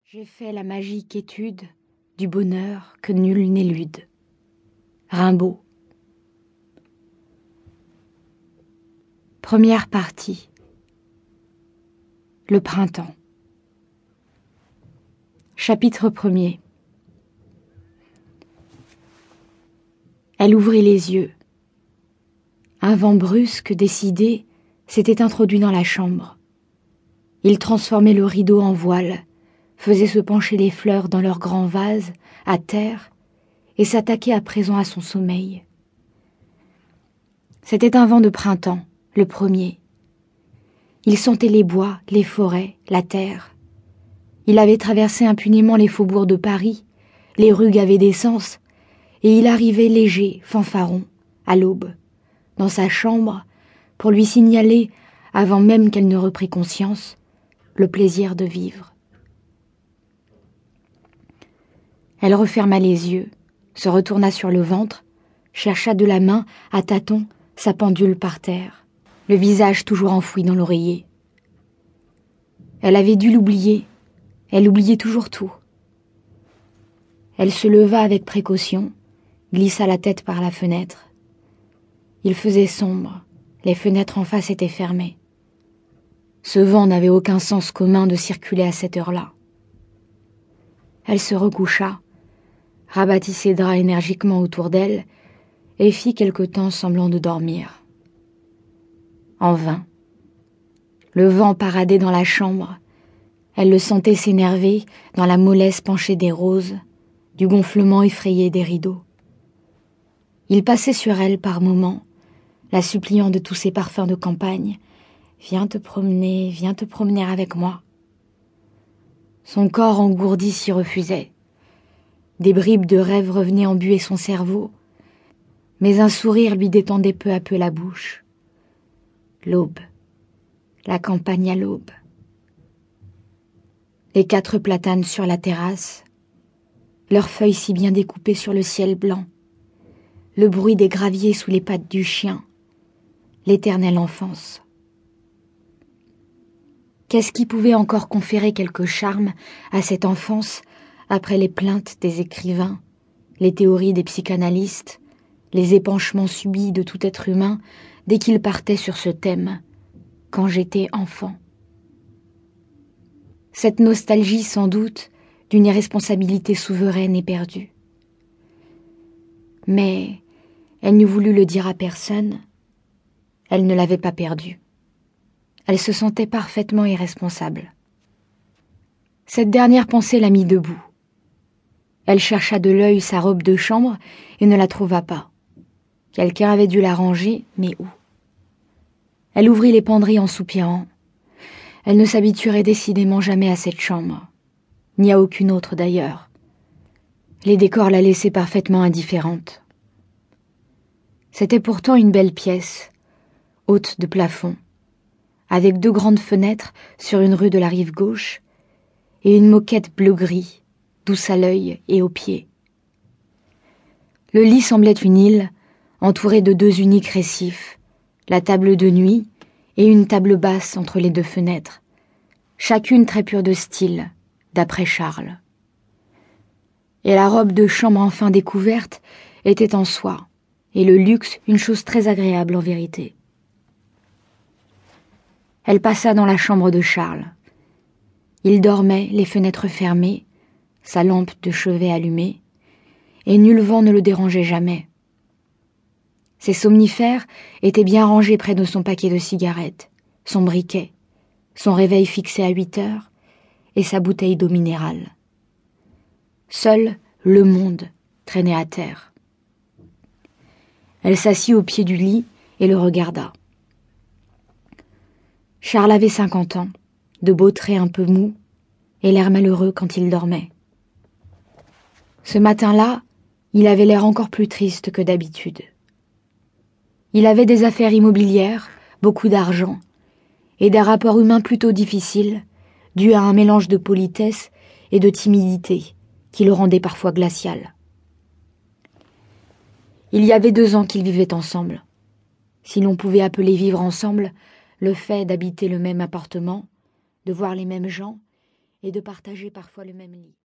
J'ai fait la magique étude du bonheur que nul n'élude. Rimbaud. Première partie. Le printemps. Chapitre 1er. Elle ouvrit les yeux. Un vent brusque, décidé, s'était introduit dans la chambre. Il transformait le rideau en voile, faisait se pencher les fleurs dans leurs grands vases, à terre, et s'attaquait à présent à son sommeil. C'était un vent de printemps, le premier. Il sentait les bois, les forêts, la terre. Il avait traversé impunément les faubourgs de Paris, les rues gavées d'essence, et il arrivait léger, fanfaron, à l'aube, dans sa chambre, pour lui signaler, avant même qu'elle ne reprît conscience, le plaisir de vivre. Elle referma les yeux, se retourna sur le ventre, chercha de la main, à tâtons, sa pendule par terre, le visage toujours enfoui dans l'oreiller. Elle avait dû l'oublier, elle oubliait toujours tout. Elle se leva avec précaution, glissa la tête par la fenêtre. Il faisait sombre, les fenêtres en face étaient fermées. Ce vent n'avait aucun sens commun de circuler à cette heure-là. Elle se recoucha, rabattit ses draps énergiquement autour d'elle et fit quelque temps semblant de dormir. En vain. Le vent paradait dans la chambre. Elle le sentait s'énerver dans la mollesse penchée des roses, du gonflement effrayé des rideaux. Il passait sur elle par moments, la suppliant de tous ses parfums de campagne. « Viens te promener avec moi. » Son corps engourdi s'y refusait. Des bribes de rêve revenaient embuer son cerveau, mais un sourire lui détendait peu à peu la bouche. L'aube, la campagne à l'aube. Les 4 platanes sur la terrasse, leurs feuilles si bien découpées sur le ciel blanc, le bruit des graviers sous les pattes du chien, l'éternelle enfance. Qu'est-ce qui pouvait encore conférer quelque charme à cette enfance après les plaintes des écrivains, les théories des psychanalystes, les épanchements subis de tout être humain dès qu'il partait sur ce thème, quand j'étais enfant. Cette nostalgie sans doute d'une irresponsabilité souveraine et perdue. Mais elle n'eût voulu le dire à personne, elle ne l'avait pas perdue. Elle se sentait parfaitement irresponsable. Cette dernière pensée la mit debout. Elle chercha de l'œil sa robe de chambre et ne la trouva pas. Quelqu'un avait dû la ranger, mais où? Elle ouvrit les penderies en soupirant. Elle ne s'habituerait décidément jamais à cette chambre, ni à aucune autre d'ailleurs. Les décors la laissaient parfaitement indifférente. C'était pourtant une belle pièce, haute de plafond, avec 2 grandes fenêtres sur une rue de la rive gauche et une moquette bleu-gris, douce à l'œil et aux pieds. Le lit semblait une île, entourée de 2 uniques récifs, la table de nuit et une table basse entre les 2 fenêtres, chacune très pure de style, d'après Charles. Et la robe de chambre enfin découverte était en soie, et le luxe une chose très agréable en vérité. Elle passa dans la chambre de Charles. Il dormait, les fenêtres fermées, sa lampe de chevet allumée, et nul vent ne le dérangeait jamais. Ses somnifères étaient bien rangés près de son paquet de cigarettes, son briquet, son réveil fixé à 8 heures et sa bouteille d'eau minérale. Seul le monde traînait à terre. Elle s'assit au pied du lit et le regarda. Charles avait 50 ans, de beaux traits un peu mous, et l'air malheureux quand il dormait. Ce matin-là, il avait l'air encore plus triste que d'habitude. Il avait des affaires immobilières, beaucoup d'argent, et des rapports humains plutôt difficiles, dus à un mélange de politesse et de timidité qui le rendait parfois glacial. Il y avait 2 ans qu'ils vivaient ensemble. Si l'on pouvait appeler vivre ensemble le fait d'habiter le même appartement, de voir les mêmes gens et de partager parfois le même lit.